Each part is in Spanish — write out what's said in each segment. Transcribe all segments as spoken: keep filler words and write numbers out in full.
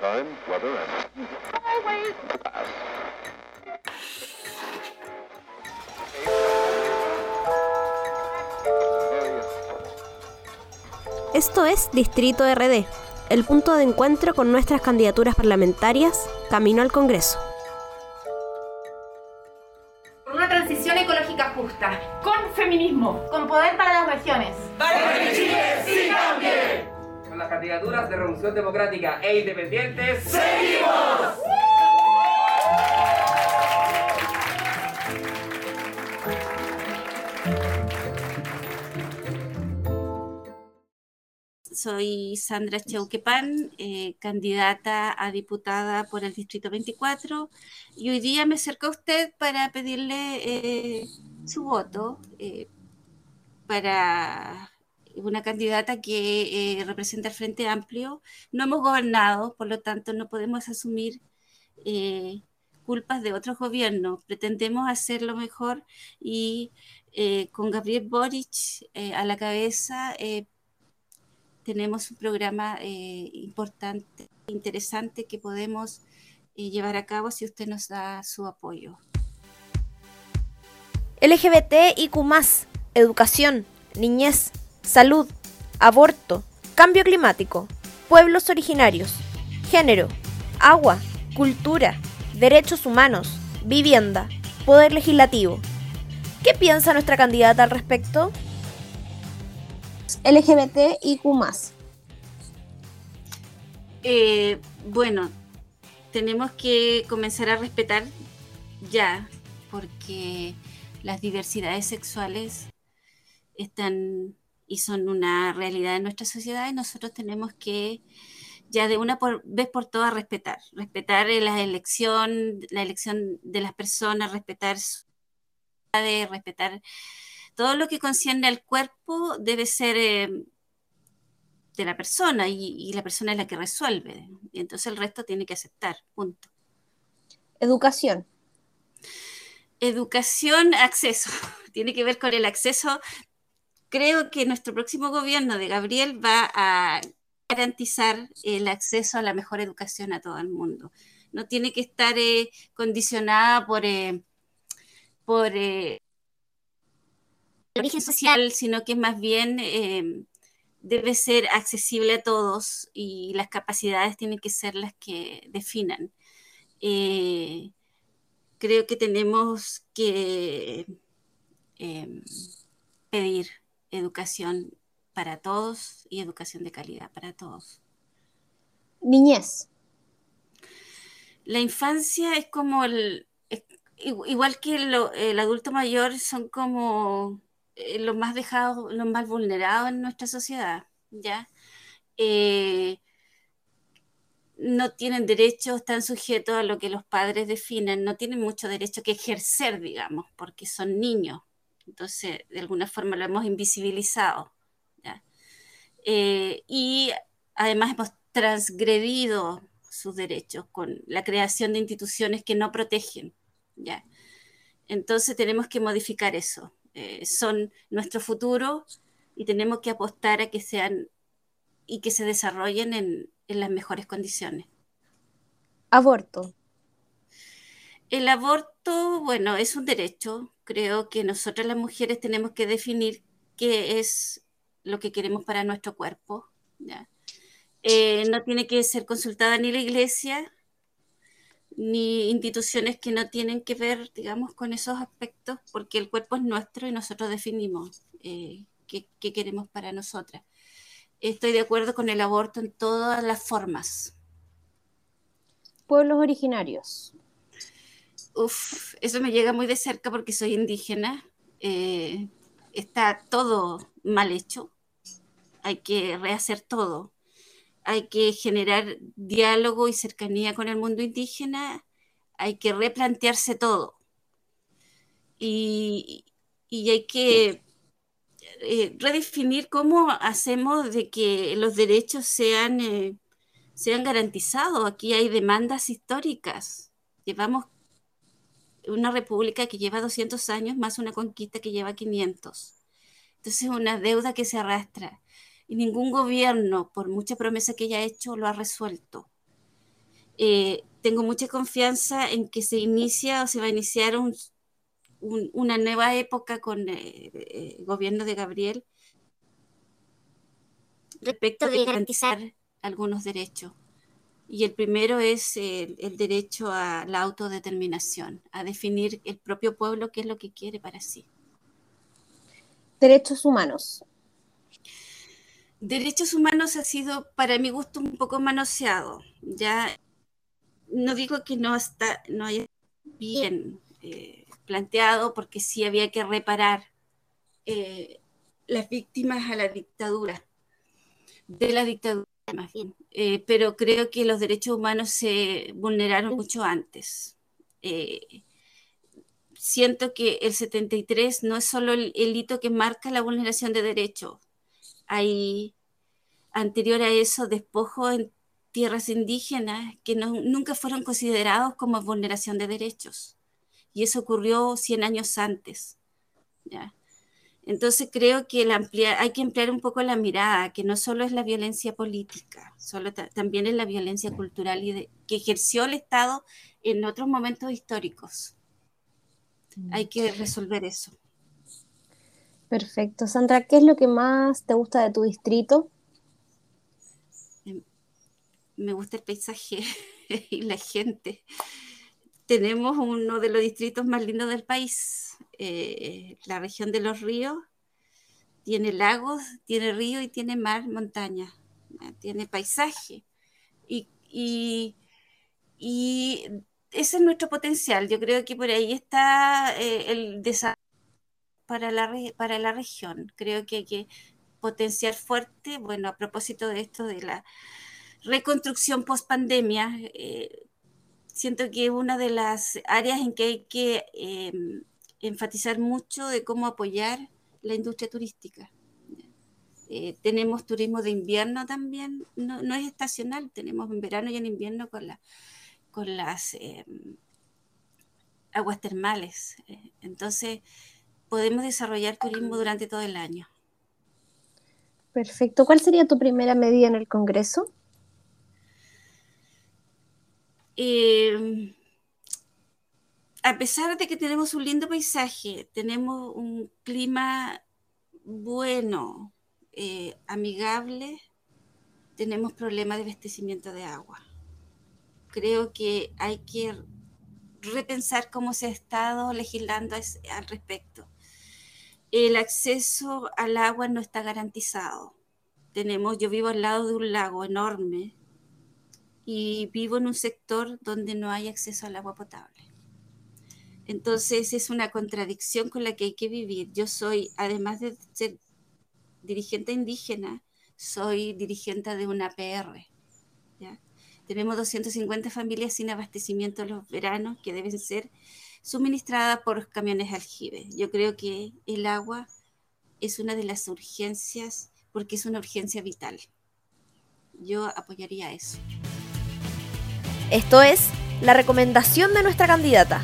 Time, weather, and always pass. Esto es Distrito R D, el punto de encuentro con nuestras candidaturas parlamentarias camino al Congreso. Con una transición ecológica justa, con feminismo, con poder para las regiones. ¡Para que Chile sí cambie! Con las candidaturas de Revolución Democrática e Independientes, ¡seguimos! Soy Sandra Chauquepán, eh, candidata a diputada por el Distrito veinticuatro, y hoy día me acerco a usted para pedirle eh, su voto eh, para una candidata que eh, representa el Frente Amplio. No hemos gobernado, por lo tanto no podemos asumir eh, culpas de otros gobiernos. Pretendemos hacerlo mejor y eh, con Gabriel Boric eh, a la cabeza eh, tenemos un programa eh, importante, interesante que podemos eh, llevar a cabo si usted nos da su apoyo. L G B T I Q más, educación, niñez, salud, aborto, cambio climático, pueblos originarios, género, agua, cultura, derechos humanos, vivienda, poder legislativo. ¿Qué piensa nuestra candidata al respecto? L G B T I Q más. Eh, bueno, tenemos que comenzar a respetar ya, porque las diversidades sexuales están y son una realidad en nuestra sociedad, y nosotros tenemos que ya de una por, vez por todas respetar, respetar la elección, la elección de las personas, respetar su de respetar todo lo que concierne al cuerpo debe ser eh, de la persona, y, y la persona es la que resuelve, y entonces el resto tiene que aceptar, punto. Educación. Educación, acceso, tiene que ver con el acceso. Creo que nuestro próximo gobierno de Gabriel va a garantizar el acceso a la mejor educación a todo el mundo. No tiene que estar eh, condicionada por, eh, por eh, el origen social, sino que más bien eh, debe ser accesible a todos, y las capacidades tienen que ser las que definan. Eh, creo que tenemos que eh, pedir educación para todos y educación de calidad para todos. Niñez. La infancia es como el, es, igual que lo, el adulto mayor, son como eh, los más dejados, los más vulnerados en nuestra sociedad, ¿ya? Eh, no tienen derecho, están sujetos a lo que los padres definen, no tienen mucho derecho que ejercer, digamos, porque son niños. Entonces, de alguna forma lo hemos invisibilizado, ¿ya? Eh, y además hemos transgredido sus derechos con la creación de instituciones que no protegen, ¿ya? Entonces tenemos que modificar eso. Eh, son nuestro futuro y tenemos que apostar a que sean y que se desarrollen en, en las mejores condiciones. Aborto. El aborto, bueno, es un derecho. Creo que nosotras las mujeres tenemos que definir qué es lo que queremos para nuestro cuerpo, ¿ya? Eh, no tiene que ser consultada ni la iglesia, ni instituciones que no tienen que ver, digamos, con esos aspectos, porque el cuerpo es nuestro y nosotros definimos eh, qué, qué queremos para nosotras. Estoy de acuerdo con el aborto en todas las formas. Pueblos originarios. Uf, eso me llega muy de cerca porque soy indígena. Eh, está todo mal hecho. Hay que rehacer todo. Hay que generar diálogo y cercanía con el mundo indígena. Hay que replantearse todo. Y, y hay que eh, redefinir cómo hacemos de que los derechos sean, eh, sean garantizados. Aquí hay demandas históricas. Llevamos una república que lleva doscientos años más una conquista que lleva quinientos. Entonces, una deuda que se arrastra. Y ningún gobierno, por mucha promesa que haya hecho, lo ha resuelto. Eh, tengo mucha confianza en que se inicia o se va a iniciar un, un, una nueva época con eh, el gobierno de Gabriel respecto de garantizar algunos derechos. Y el primero es el, el derecho a la autodeterminación, a definir el propio pueblo qué es lo que quiere para sí. Derechos humanos. Derechos humanos ha sido, para mi gusto, un poco manoseado. Ya no digo que no está, no haya bien eh, planteado, porque sí había que reparar eh, las víctimas a la dictadura, de la dictadura más bien. Eh, pero creo que los derechos humanos se vulneraron mucho antes. Eh, siento que el setenta y tres no es solo el, el hito que marca la vulneración de derechos. Hay anterior a eso despojos en tierras indígenas que no, nunca fueron considerados como vulneración de derechos. Y eso ocurrió cien años antes. ¿Ya? Entonces creo que la amplia, hay que ampliar un poco la mirada, que no solo es la violencia política, solo ta, también es la violencia cultural y de, que ejerció el Estado en otros momentos históricos. Hay que resolver eso. Perfecto. Sandra, ¿qué es lo que más te gusta de tu distrito? Me gusta el paisaje y la gente. Tenemos uno de los distritos más lindos del país, eh, la región de los ríos. Tiene lagos, tiene río y tiene mar, montaña. Tiene paisaje. Y, y, y ese es nuestro potencial. Yo creo que por ahí está eh, el desarrollo para la, para la región. Creo que hay que potenciar fuerte, bueno, a propósito de esto de la reconstrucción post pandemia, eh, siento que es una de las áreas en que hay que eh, enfatizar mucho de cómo apoyar la industria turística. Eh, tenemos turismo de invierno también, no, no es estacional, tenemos en verano y en invierno con, la, con las eh, aguas termales. Eh, entonces, podemos desarrollar turismo durante todo el año. Perfecto. ¿Cuál sería tu primera medida en el Congreso? Eh, a pesar de que tenemos un lindo paisaje, tenemos un clima bueno, eh, amigable, tenemos problemas de abastecimiento de agua. Creo que hay que repensar cómo se ha estado legislando al respecto. El acceso al agua no está garantizado. Tenemos, yo vivo al lado de un lago enorme y vivo en un sector donde no hay acceso al agua potable. Entonces es una contradicción con la que hay que vivir. Yo soy, además de ser dirigente indígena, soy dirigente de una P R. ¿Ya? Tenemos doscientas cincuenta familias sin abastecimiento en los veranos que deben ser suministradas por camiones aljibe. Yo creo que el agua es una de las urgencias porque es una urgencia vital. Yo apoyaría eso. Esto es la recomendación de nuestra candidata.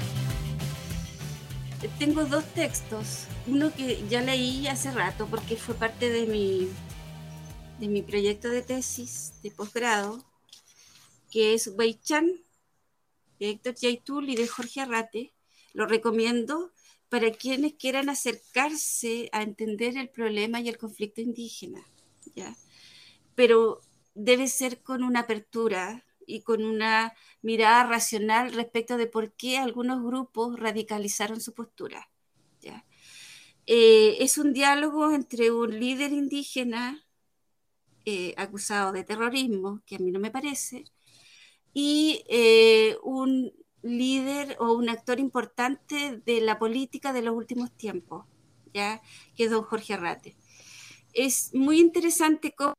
Tengo dos textos, uno que ya leí hace rato porque fue parte de mi, de mi proyecto de tesis de posgrado, que es Weichan, de Héctor Yaitul y de Jorge Arrate. Lo recomiendo para quienes quieran acercarse a entender el problema y el conflicto indígena, ¿ya? Pero debe ser con una apertura y con una mirada racional respecto de por qué algunos grupos radicalizaron su postura, ¿ya? Eh, es un diálogo entre un líder indígena eh, acusado de terrorismo, que a mí no me parece, y eh, un líder o un actor importante de la política de los últimos tiempos, ¿ya? Que es don Jorge Arrate. Es muy interesante cómo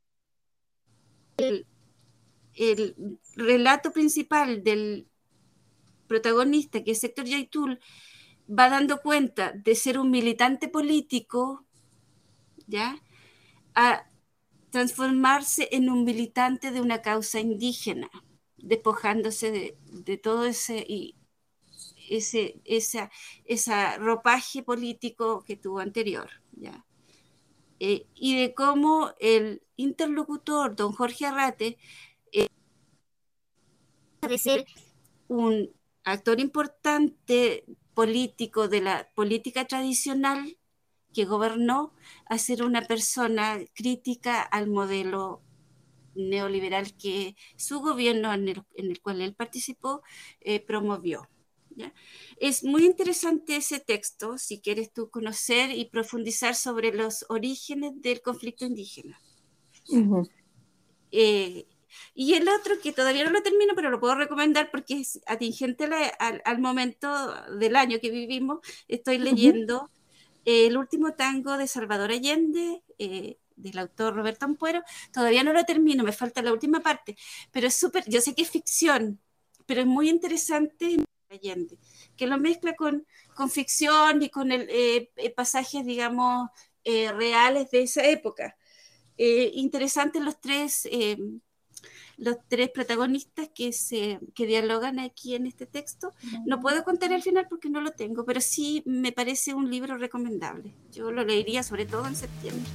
el, el relato principal del protagonista, que es Héctor Yaitul, va dando cuenta de ser un militante político, ¿ya? A transformarse en un militante de una causa indígena, despojándose de, de todo ese, y ese esa, esa ropaje político que tuvo anterior, ¿ya? Eh, y de cómo el interlocutor, don Jorge Arrate, eh, de ser un actor importante político de la política tradicional que gobernó a ser una persona crítica al modelo neoliberal que su gobierno, en el, en el cual él participó, eh, promovió. ¿Ya? Es muy interesante ese texto si quieres tú conocer y profundizar sobre los orígenes del conflicto indígena. Uh-huh. Eh, y el otro, que todavía no lo termino, pero lo puedo recomendar porque es atingente la, al, al momento del año que vivimos, estoy leyendo uh-huh. eh, El último tango de Salvador Allende, eh, del autor Roberto Ampuero. Todavía no lo termino, me falta la última parte, pero es súper, yo sé que es ficción, pero es muy interesante Allende, que lo mezcla con, con ficción y con el, eh, pasajes, digamos, eh, reales de esa época. Eh, interesantes los tres, eh, los tres protagonistas que, se, que dialogan aquí en este texto. No puedo contar el final porque no lo tengo, pero sí me parece un libro recomendable. Yo lo leería sobre todo en septiembre.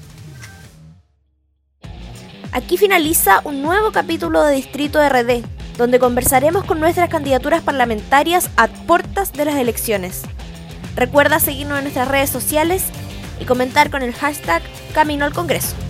Aquí finaliza un nuevo capítulo de Distrito R D, donde conversaremos con nuestras candidaturas parlamentarias a puertas de las elecciones. Recuerda seguirnos en nuestras redes sociales y comentar con el hashtag Camino al Congreso.